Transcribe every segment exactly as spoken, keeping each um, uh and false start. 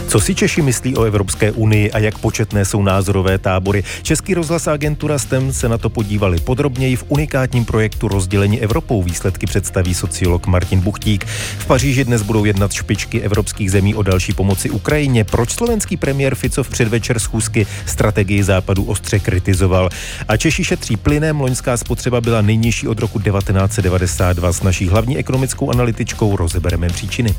Co si Češi myslí o Evropské unii a jak početné jsou názorové tábory? Český rozhlas a agentura S T E M se na to podívali podrobněji v unikátním projektu Rozdělení Evropou. Výsledky představí sociolog Martin Buchtík. V Paříži dnes budou jednat špičky evropských zemí o další pomoci Ukrajině. Proč slovenský premiér Fico v předvečer schůzky strategii západu ostře kritizoval? A Češi šetří plynem, loňská spotřeba byla nejnižší od roku devatenáct set devadesát dva. S naší hlavní ekonomickou analytičkou rozebereme příčiny.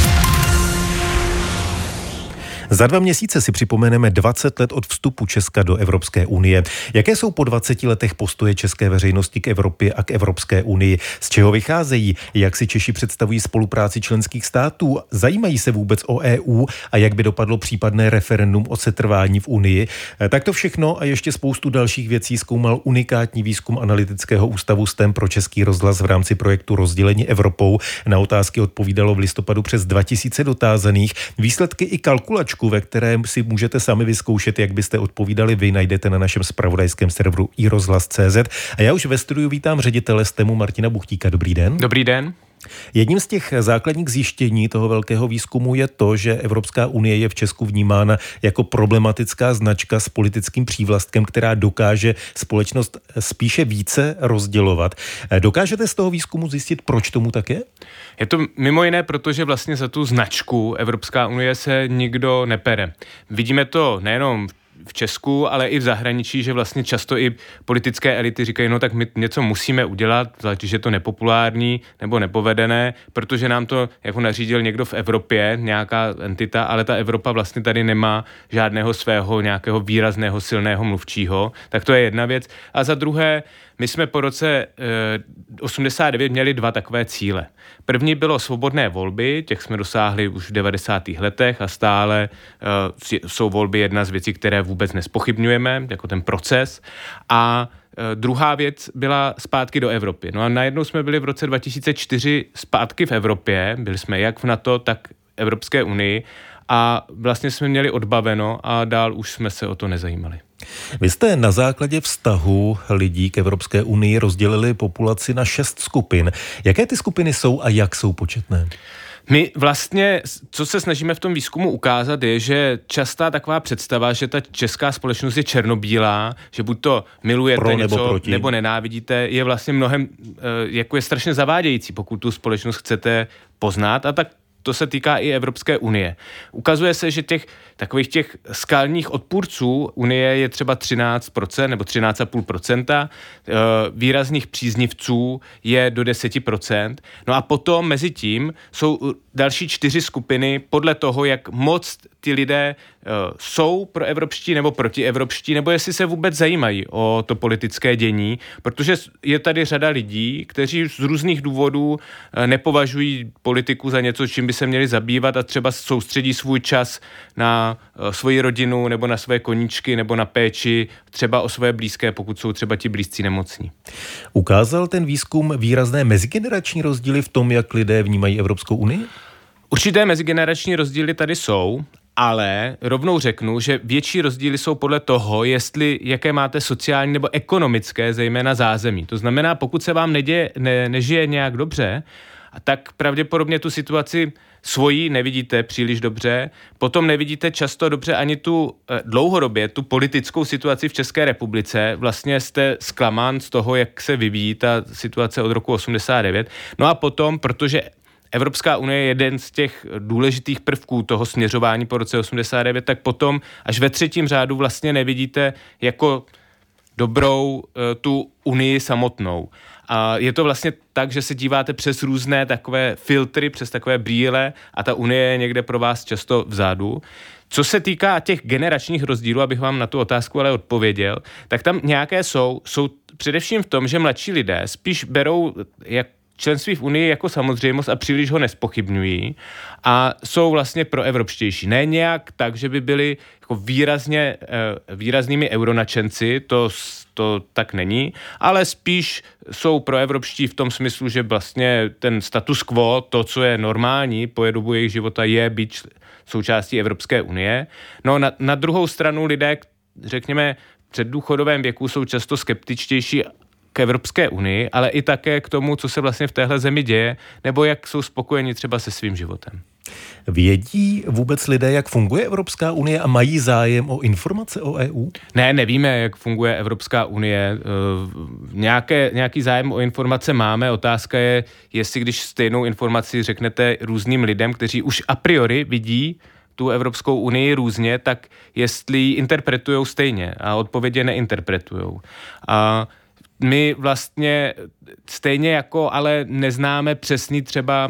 Za dva měsíce si připomeneme dvacet let od vstupu Česka do Evropské unie. Jaké jsou po dvaceti letech postoje české veřejnosti k Evropě a k Evropské unii? Z čeho vycházejí? Jak si Češi představují spolupráci členských států? Zajímají se vůbec o E U a jak by dopadlo případné referendum o setrvání v unii? Tak to všechno a ještě spoustu dalších věcí zkoumal unikátní výzkum Analytického ústavu S T E M pro Český rozhlas v rámci projektu Rozdělení Evropou. Na otázky odpovídalo v listopadu přes dva tisíce dotázaných. Výsledky i kalkulačku, ve kterém si můžete sami vyzkoušet, jak byste odpovídali vy, najdete na našem zpravodajském serveru i rozhlas tečka cé zet. A já už ve studiu vítám ředitele S T E M u Martina Buchtíka. Dobrý den. Dobrý den. Jedním z těch základních zjištění toho velkého výzkumu je to, že Evropská unie je v Česku vnímána jako problematická značka s politickým přívlastkem, která dokáže společnost spíše více rozdělovat. Dokážete z toho výzkumu zjistit, proč tomu tak je? Je to mimo jiné, protože vlastně za tu značku Evropská unie se nikdo nepere. Vidíme to nejenom v Česku, ale i v zahraničí, že vlastně často i politické elity říkají, no tak my něco musíme udělat, zvlášť, že je to nepopulární nebo nepovedené, protože nám to jako nařídil někdo v Evropě, nějaká entita, ale ta Evropa vlastně tady nemá žádného svého nějakého výrazného silného mluvčího, tak to je jedna věc. A za druhé, my jsme po roce osmdesát devět měli dva takové cíle. První bylo svobodné volby, těch jsme dosáhli už v devadesátých letech a stále uh, jsou volby jedna z věcí, které vůbec nespochybňujeme, jako ten proces. A uh, druhá věc byla zpátky do Evropy. No a najednou jsme byli v roce dva tisíce čtyři zpátky v Evropě, byli jsme jak v NATO, tak Evropské unii a vlastně jsme měli odbaveno a dál už jsme se o to nezajímali. Vy jste na základě vztahu lidí k Evropské unii rozdělili populaci na šest skupin. Jaké ty skupiny jsou a jak jsou početné? My vlastně, co se snažíme v tom výzkumu ukázat, je, že častá taková představa, že ta česká společnost je černobílá, že buď to milujete Pro nebo něco, proti. nebo nenávidíte, je vlastně mnohem, jako je strašně zavádějící, pokud tu společnost chcete poznat a tak to se týká i Evropské unie. Ukazuje se, že těch takových těch skalních odpůrců unie je třeba třináct procent nebo třináct celá pět procenta, výrazných příznivců je do deset procent. No a potom mezi tím jsou další čtyři skupiny podle toho, jak moc ty lidé jsou proevropští nebo protievropští, nebo jestli se vůbec zajímají o to politické dění, protože je tady řada lidí, kteří z různých důvodů nepovažují politiku za něco, čím by se měli zabývat a třeba soustředí svůj čas na svoji rodinu nebo na své koníčky nebo na péči třeba o své blízké, pokud jsou třeba ti blízcí nemocní. Ukázal ten výzkum výrazné mezigenerační rozdíly v tom, jak lidé vnímají Evropskou unii? Určité mezigenerační rozdíly tady jsou, ale rovnou řeknu, že větší rozdíly jsou podle toho, jestli jaké máte sociální nebo ekonomické, zejména zázemí. To znamená, pokud se vám neděje, ne, nežije nějak dobře, tak pravděpodobně tu situaci svojí nevidíte příliš dobře, potom nevidíte často dobře ani tu dlouhodobě, tu politickou situaci v České republice, vlastně jste zklamán z toho, jak se vyvíjí ta situace od roku osmdesát devět. No a potom, protože Evropská unie je jeden z těch důležitých prvků toho směřování po roce osmdesát devět, tak potom až ve třetím řádu vlastně nevidíte jako dobrou tu unii samotnou. A je to vlastně tak, že se díváte přes různé takové filtry, přes takové brýle a ta unie je někde pro vás často vzadu. Co se týká těch generačních rozdílů, abych vám na tu otázku ale odpověděl, tak tam nějaké jsou, jsou především v tom, že mladší lidé spíš berou jak členství v Unii jako samozřejmost a příliš ho nespochybňují a jsou vlastně proevropštější. Ne nějak tak, že by byli jako výrazně, výraznými euronačenci, to, to tak není, ale spíš jsou proevropští v tom smyslu, že vlastně ten status quo, to, co je normální po dobu jejich života, je být součástí Evropské unie. No na, na druhou stranu lidé, řekněme, v předdůchodovém věku jsou často skeptičtější k Evropské unii, ale i také k tomu, co se vlastně v téhle zemi děje, nebo jak jsou spokojeni třeba se svým životem. Vědí vůbec lidé, jak funguje Evropská unie a mají zájem o informace o E U? Ne, nevíme, jak funguje Evropská unie. Nějaké, nějaký zájem o informace máme. Otázka je, jestli když stejnou informaci řeknete různým lidem, kteří už a priori vidí tu Evropskou unii různě, tak jestli ji interpretujou stejně. A odpovědě neinterpretujou. A my vlastně stejně jako ale neznáme přesný třeba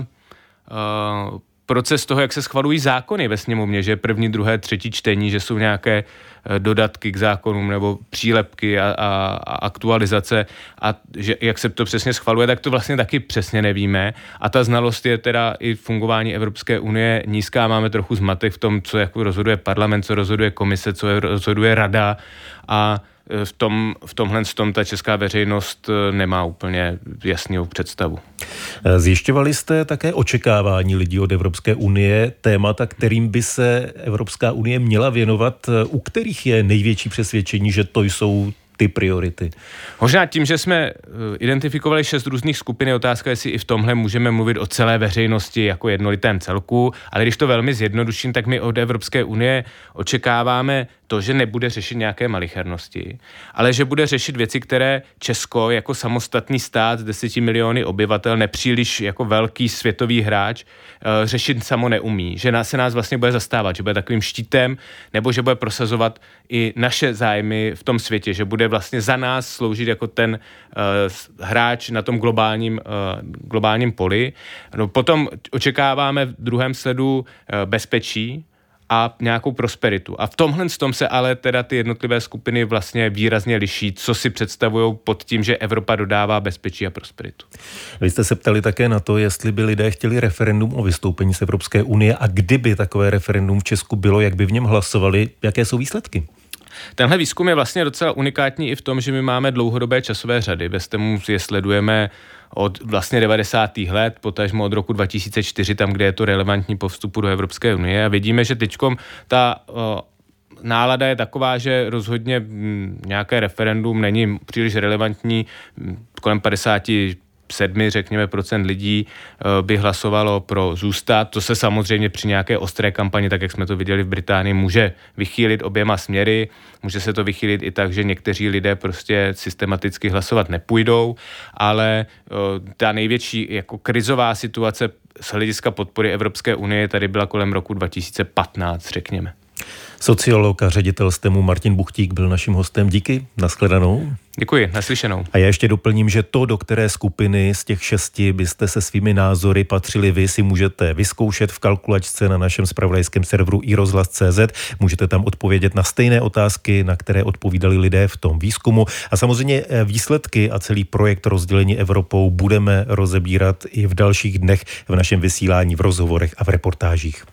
uh, proces toho, jak se schvalují zákony ve sněmovně, že první, druhé, třetí čtení, že jsou nějaké dodatky k zákonům nebo přílepky a, a, a aktualizace a že jak se to přesně schvaluje, tak to vlastně taky přesně nevíme. A ta znalost je teda i fungování Evropské unie nízká. Máme trochu zmatek v tom, co jako rozhoduje parlament, co rozhoduje komise, co rozhoduje rada a v tom, v tomhle v tom ta česká veřejnost nemá úplně jasnou představu. Zjišťovali jste také očekávání lidí od Evropské unie, témata, kterým by se Evropská unie měla věnovat, u kterých je největší přesvědčení, že to jsou ty priority? Možná tím, že jsme identifikovali šest různých skupin, je otázka, jestli i v tomhle můžeme mluvit o celé veřejnosti jako jednolitém celku, ale když to velmi zjednoduším, tak my od Evropské unie očekáváme to, že nebude řešit nějaké malichernosti, ale že bude řešit věci, které Česko jako samostatný stát s deseti miliony obyvatel, nepříliš jako velký světový hráč, řešit samo neumí. Že nás, se nás vlastně bude zastávat, že bude takovým štítem, nebo že bude prosazovat i naše zájmy v tom světě, že bude vlastně za nás sloužit jako ten uh, hráč na tom globálním, uh, globálním poli. No, potom očekáváme v druhém sledu uh, bezpečí a nějakou prosperitu. A v tomhle tom se ale teda ty jednotlivé skupiny vlastně výrazně liší, co si představují pod tím, že Evropa dodává bezpečí a prosperitu. Vy jste se ptali také na to, jestli by lidé chtěli referendum o vystoupení z Evropské unie a kdyby takové referendum v Česku bylo, jak by v něm hlasovali, jaké jsou výsledky? Tenhle výzkum je vlastně docela unikátní i v tom, že my máme dlouhodobé časové řady. Ve STEMu je sledujeme od vlastně devadesátých let, potažmo od roku dva tisíce čtyři, tam, kde je to relevantní po vstupu do Evropské unie. A vidíme, že teďkom ta o, nálada je taková, že rozhodně m, nějaké referendum není příliš relevantní. Kolem padesát sedmi, řekněme, procent lidí by hlasovalo pro zůstat. To se samozřejmě při nějaké ostré kampani, tak jak jsme to viděli v Británii, může vychýlit oběma směry. Může se to vychýlit i tak, že někteří lidé prostě systematicky hlasovat nepůjdou, ale ta největší jako krizová situace z hlediska podpory Evropské unie tady byla kolem roku dva tisíce patnáct, řekněme. Sociolog a ředitel STEMu Martin Buchtík byl naším hostem. Díky, nashledanou. Děkuji, naslyšenou. A já ještě doplním, že to, do které skupiny z těch šesti byste se svými názory patřili vy, si můžete vyzkoušet v kalkulačce na našem zpravodajském serveru i rozhlas tečka cé zet. Můžete tam odpovědět na stejné otázky, na které odpovídali lidé v tom výzkumu. A samozřejmě výsledky a celý projekt rozdělení Evropou budeme rozebírat i v dalších dnech v našem vysílání, v rozhovorech a v reportážích.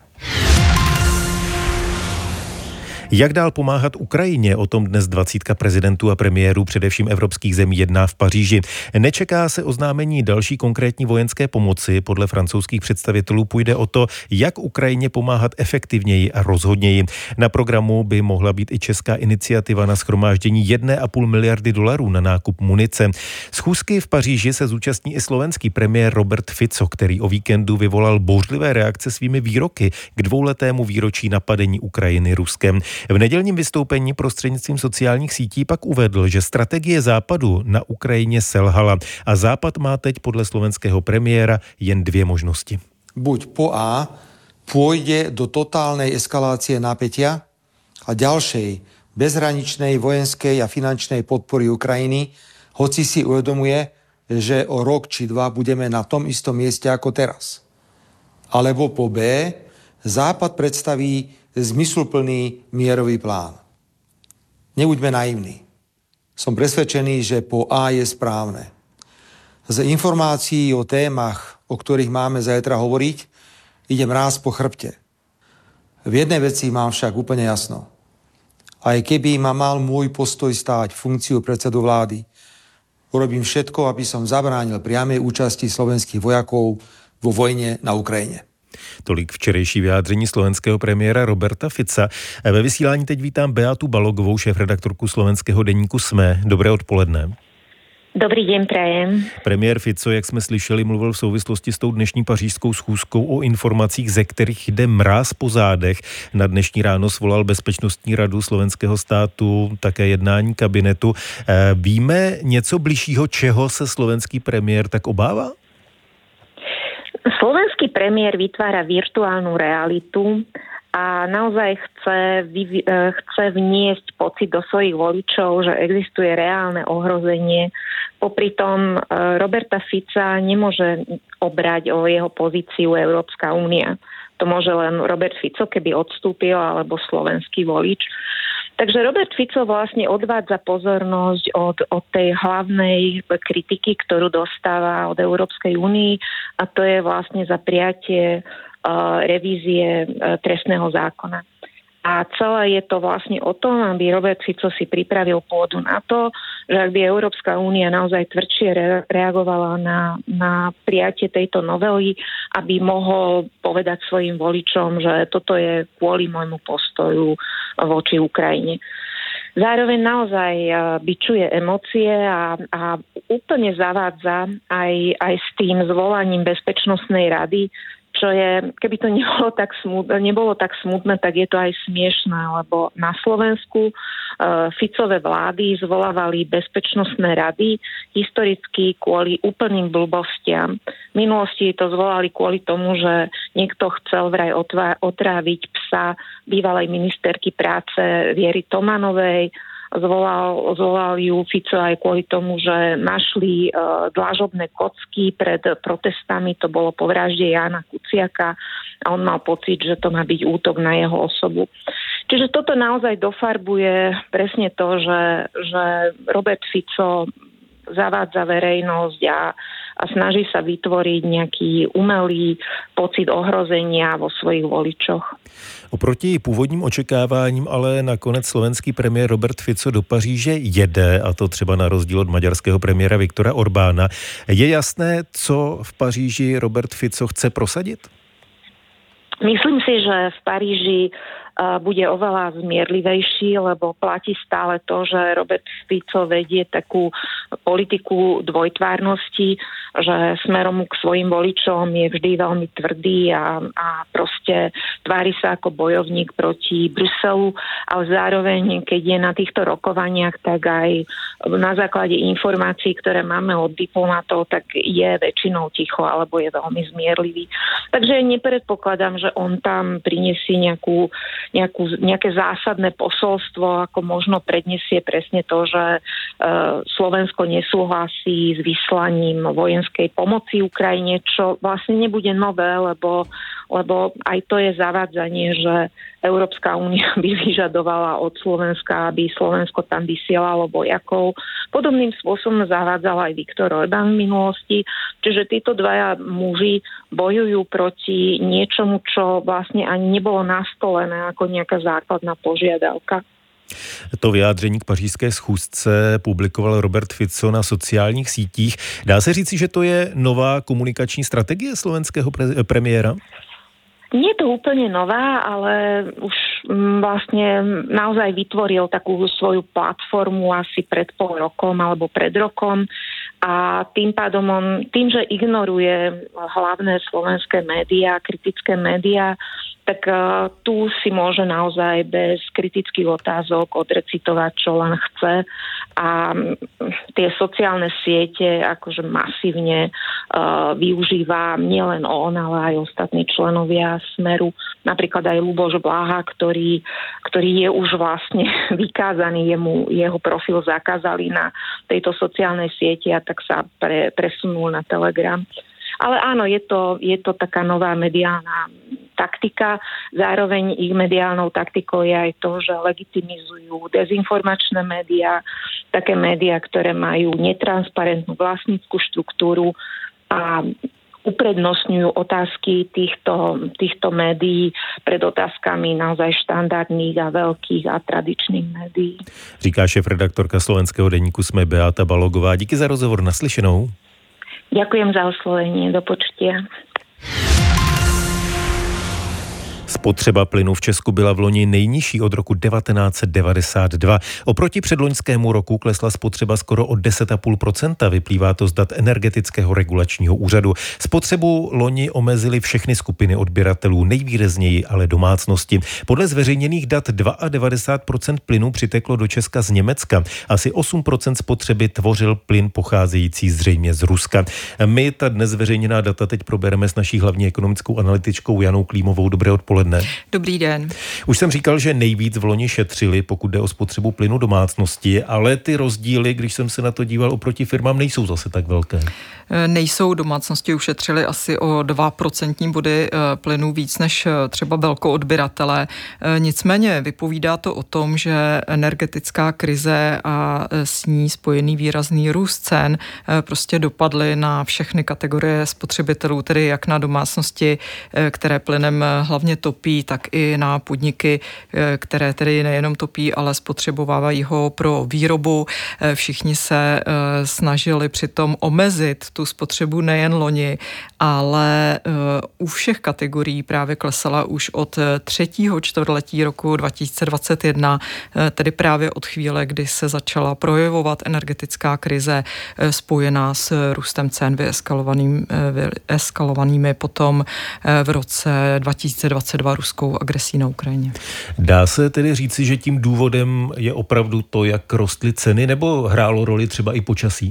Jak dál pomáhat Ukrajině? O tom dnes dvacítka prezidentů a premiérů především evropských zemí jedná v Paříži. Nečeká se oznámení další konkrétní vojenské pomoci. Podle francouzských představitelů půjde o to, jak Ukrajině pomáhat efektivněji a rozhodněji. Na programu by mohla být i česká iniciativa na shromáždění jedné a půl miliardy dolarů na nákup munice. Schůzky v Paříži se zúčastní i slovenský premiér Robert Fico, který o víkendu vyvolal bouřlivé reakce svými výroky k dvouletému výročí napadení Ukrajiny Ruskem. V nedělním vystoupení prostřednictvím sociálních sítí pak uvedl, že strategie Západu na Ukrajině selhala a Západ má teď podle slovenského premiéra jen dvě možnosti. Buď po A pôjde do totálnej eskalácie napätia a ďalšej bezhraničnej vojenskej a finančnej podpory Ukrajiny, hoci si uvedomuje, že o rok či dva budeme na tom istom mieste ako teraz. Alebo po B Západ predstaví zmysluplný mierový plán. Nebuďme naivní. Som presvedčený, že po A je správne. Z informácií o témach, o ktorých máme zajtra hovoriť, idem ráz po chrbte. V jednej veci mám však úplne jasno. Aj keby ma mal môj postoj stáť funkciu predsedu vlády, urobím všetko, aby som zabránil priamej účasti slovenských vojakov vo vojne na Ukrajine. Tolik včerejší vyjádření slovenského premiéra Roberta Fica. Ve vysílání teď vítám Beatu Balogovou, šéfredaktorku slovenského deníku SME. Dobré odpoledne. Dobrý deň, prajem. Premiér Fico, jak jsme slyšeli, mluvil v souvislosti s tou dnešní pařížskou schůzkou o informacích, ze kterých jde mráz po zádech. Na dnešní ráno svolal Bezpečnostní radu slovenského státu, také jednání kabinetu. Víme něco bližšího, čeho se slovenský premiér tak obává? Slovenský premiér vytvára virtuálnu realitu a naozaj chce, chce vniesť pocit do svojich voličov, že existuje reálne ohrozenie. Popri tom Roberta Fica nemôže obrať o jeho pozíciu Európska únia. To môže len Robert Fico, keby odstúpil, alebo slovenský volič. Takže Robert Fico vlastne odvádza pozornosť od, od tej hlavnej kritiky, ktorú dostáva od Európskej únii, a to je vlastne za prijatie uh, revízie uh, trestného zákona. A celé je to vlastne o tom, aby Robert Fico si pripravil pôdu na to, že ak by Európska únia naozaj tvrdšie re- reagovala na, na prijatie tejto novely, aby mohol povedať svojim voličom, že toto je kvôli môjmu postoju voči Ukrajine. Zároveň naozaj bičuje emócie a, a úplne zavádza aj, aj s tým zvolaním Bezpečnostnej rady, čo je, keby to nebolo tak smutné, nebolo tak smutné, tak je to aj smiešné, lebo na Slovensku e, Ficové vlády zvolávali bezpečnostné rady historicky kvôli úplným blbostiam. V minulosti to zvolali kvôli tomu, že niekto chcel vraj otvá, otráviť psa bývalej ministerky práce Viery Tomanovej. Zvolal, zvolal ju Fico aj kvôli tomu, že našli uh, dlážobné kocky pred protestami, to bolo po vražde Jána Kuciaka a on mal pocit, že to má byť útok na jeho osobu. Čiže toto naozaj dofarbuje presne to, že, že Robert Fico zavádza verejnosť a, a snaží sa vytvoriť nejaký umelý pocit ohrozenia vo svojich voličoch. Oproti původním očekáváním ale nakonec slovenský premiér Robert Fico do Paříže jede, a to třeba na rozdíl od maďarského premiéra Viktora Orbána. Je jasné, co v Paříži Robert Fico chce prosadit? Myslím si, že v Paríži uh, bude oveľa zmierlivejší, lebo platí stále to, že Robert Fico vedie takú politiku dvojtvárnosti, že smerom k svojim voličom je vždy veľmi tvrdý a, a proste tvári sa ako bojovník proti Bruselu, ale zároveň, keď je na týchto rokovaniach, tak aj na základe informácií, ktoré máme od diplomatov, tak je väčšinou ticho alebo je veľmi zmierlivý. Takže nepredpokladám, že on tam prinesie nejakú, nejakú, nejaké zásadné posolstvo, ako možno predniesie presne to, že e, Slovensko nesúhlasí s vyslaním vojenskej pomoci Ukrajine, čo vlastne nebude nové, lebo, lebo aj to je zavádzanie, že Európska únia by vyžadovala od Slovenska, aby Slovensko tam vysielalo vojakov. Podobným spôsobom zavádzal aj Viktor Orbán v minulosti. Čiže títo dvaja muži bojujú proti niečomu, čo vlastne ani nebolo nastolené ako nejaká základná požiadavka. To vyjádření k pařížské schůzce publikoval Robert Fico na sociálních sítích. Dá se říci, že to je nová komunikační strategie slovenského pre- premiéra? Nie je to úplne nová, ale už vlastne naozaj vytvoril takú svoju platformu asi pred pol rokom alebo pred rokom a tým pádom on, tým, že ignoruje hlavné slovenské médiá, kritické médiá, tak uh, tu si môže naozaj bez kritických otázok odrecitovať, čo len chce a tie sociálne siete akože masívne uh, využíva nielen on, ale aj ostatní členovia Smeru, napríklad aj Ľuboš Bláha, ktorý, ktorý je už vlastne vykázaný, jemu, jeho profil zakázali na tejto sociálnej siete a tak sa pre, presunul na Telegram. Ale áno, je to, je to taká nová mediálna taktika. Zároveň ich mediálnou taktikou je aj to, že legitimizujú dezinformačné médiá, také médiá, ktoré majú netransparentnú vlastnícku štruktúru a uprednostňujú otázky týchto, týchto médií pred otázkami naozaj štandardných a veľkých a tradičných médií. Říká šéfredaktorka slovenského deníku SME Beáta Balogová. Díky za rozhovor, naslyšenou. Ďakujem za oslovenie, do počutia. Spotřeba plynu v Česku byla v loni nejnižší od roku devatenáct set devadesát dva. Oproti předloňskému roku klesla spotřeba skoro o deset celá pět procenta. Vyplývá to z dat Energetického regulačního úřadu. Spotřebu loni omezily všechny skupiny odběratelů, nejvýrazněji ale domácnosti. Podle zveřejněných dat devadesát dva procent plynu přiteklo do Česka z Německa. Asi osm procent spotřeby tvořil plyn pocházející zřejmě z Ruska. My ta dnes zveřejněná data teď probereme s naší hlavní ekonomickou analytičkou Janou Klímovou. Dobré odpoledne. Dobrý den. Už jsem říkal, že nejvíc v loni šetřili, pokud jde o spotřebu plynu domácnosti, ale ty rozdíly, když jsem se na to díval oproti firmám, nejsou zase tak velké. Nejsou, domácnosti ušetřili asi o dva procentní body plynu víc než třeba velkoodběratelé. Nicméně vypovídá to o tom, že energetická krize a s ní spojený výrazný růst cen prostě dopadly na všechny kategorie spotřebitelů, tedy jak na domácnosti, které plynem hlavně topí, tak i na podniky, které tedy nejenom topí, ale spotřebovávají ho pro výrobu. Všichni se snažili přitom omezit tu spotřebu nejen loni, ale u všech kategorií právě klesala už od třetího čtvrtletí roku dva tisíce dvacet jedna, tedy právě od chvíle, kdy se začala projevovat energetická krize spojená s růstem cen vyeskalovaným, vyeskalovanými potom v roce dva tisíce dvacet dva ruskou agresí na Ukrajině. Dá se tedy říci, že tím důvodem je opravdu to, jak rostly ceny, nebo hrálo roli třeba i počasí?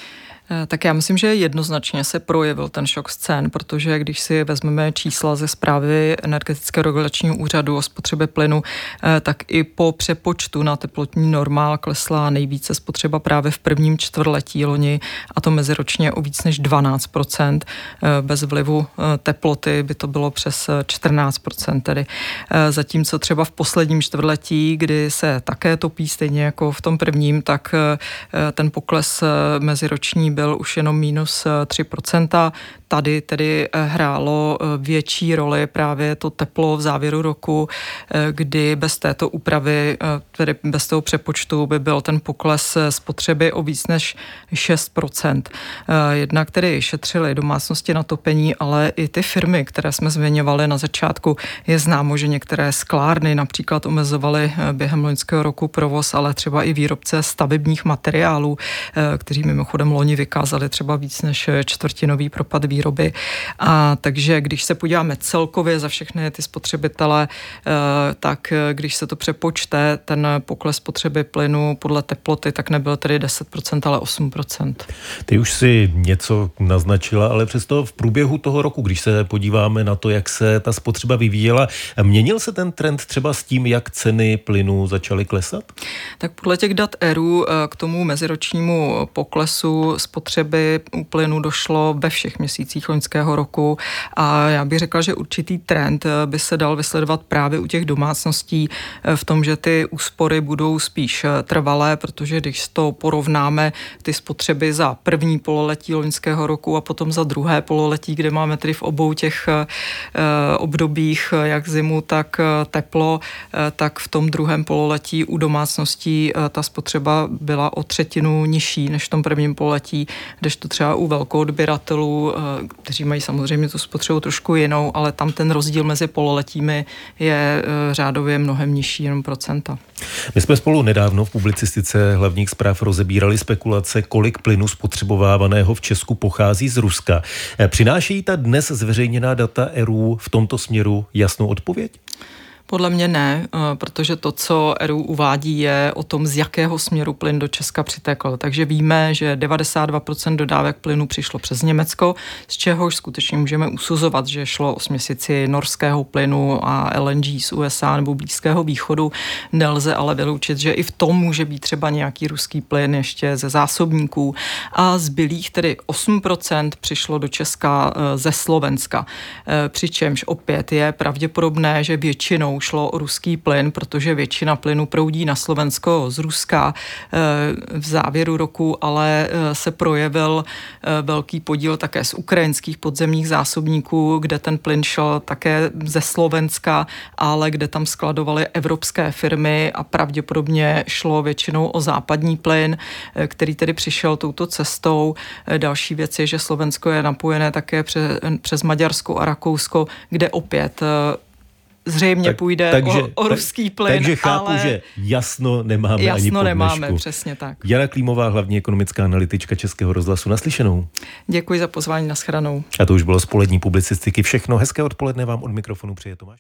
Tak já myslím, že jednoznačně se projevil ten šok z cen, protože když si vezmeme čísla ze zprávy Energetického regulačního úřadu o spotřebě plynu, tak i po přepočtu na teplotní normál klesla nejvíce spotřeba právě v prvním čtvrtletí loni, a to meziročně o víc než dvanáct procent. Bez vlivu teploty by to bylo přes čtrnáct procent tedy. Zatímco třeba v posledním čtvrtletí, kdy se také topí stejně jako v tom prvním, tak ten pokles meziroční byl už jenom minus tři procenta. Tady tedy hrálo větší roli právě to teplo v závěru roku, kdy bez této úpravy, tedy bez toho přepočtu, by byl ten pokles spotřeby o víc než šest procent. Jednak tedy šetřili domácnosti na topení, ale i ty firmy, které jsme zmiňovali na začátku. Je známo, že některé sklárny například omezovaly během loňského roku provoz, ale třeba i výrobce stavebních materiálů, kteří mimochodem loni vykázali třeba víc než čtvrtinový propad výroby. A takže když se podíváme celkově za všechny ty spotřebitele, tak když se to přepočte, ten pokles spotřeby plynu podle teploty, tak nebyl tedy deset procent, ale osm procent. Ty už si něco naznačila, ale přesto v průběhu toho roku, když se podíváme na to, jak se ta spotřeba vyvíjela, měnil se ten trend třeba s tím, jak ceny plynu začaly klesat? Tak podle těch dat E R U k tomu meziročnímu poklesu spotřeby u plynu došlo ve všech měsících loňského roku a já bych řekla, že určitý trend by se dal vysledovat právě u těch domácností v tom, že ty úspory budou spíš trvalé, protože když to porovnáme ty spotřeby za první pololetí loňského roku a potom za druhé pololetí, kde máme tedy v obou těch obdobích, jak zimu, tak teplo, tak v tom druhém pololetí u domácností ta spotřeba byla o třetinu nižší než v tom prvním pololetí, kdežto třeba u velkoodběratelů, kteří mají samozřejmě tu spotřebu trošku jinou, ale tam ten rozdíl mezi pololetími je řádově mnohem nižší, jenom procenta. My jsme spolu nedávno v publicistice hlavních zpráv rozebírali spekulace, kolik plynu spotřebovávaného v Česku pochází z Ruska. Přináší ta dnes zveřejněná data E R U v tomto směru jasnou odpověď? Podle mě ne, protože to, co E R U uvádí, je o tom, z jakého směru plyn do Česka přitekl. Takže víme, že devadesát dva procent dodávek plynu přišlo přes Německo, z čehož skutečně můžeme usuzovat, že šlo o směsici norského plynu a L N G z U S A nebo Blízkého východu. Nelze ale vyloučit, že i v tom může být třeba nějaký ruský plyn ještě ze zásobníků. A zbylých tedy osm procent přišlo do Česka ze Slovenska. Přičemž opět je pravděpodobné, že většinou šlo o ruský plyn, protože většina plynu proudí na Slovensko z Ruska. V závěru roku ale se projevil velký podíl také z ukrajinských podzemních zásobníků, kde ten plyn šel také ze Slovenska, ale kde tam skladovaly evropské firmy a pravděpodobně šlo většinou o západní plyn, který tedy přišel touto cestou. Další věc je, že Slovensko je napojené také přes, přes Maďarsko a Rakousko, kde opět zřejmě tak, půjde takže, o, o ruský plyn. Takže chápu, ale že jasno nemáme jasno ani po nemáme, dnešku. přesně tak. Jana Klímová, hlavní ekonomická analytička Českého rozhlasu. Naslyšenou. Děkuji za pozvání, nashledanou. A to už bylo z polední publicistiky všechno. Hezké odpoledne vám od mikrofonu přeje Tomáš.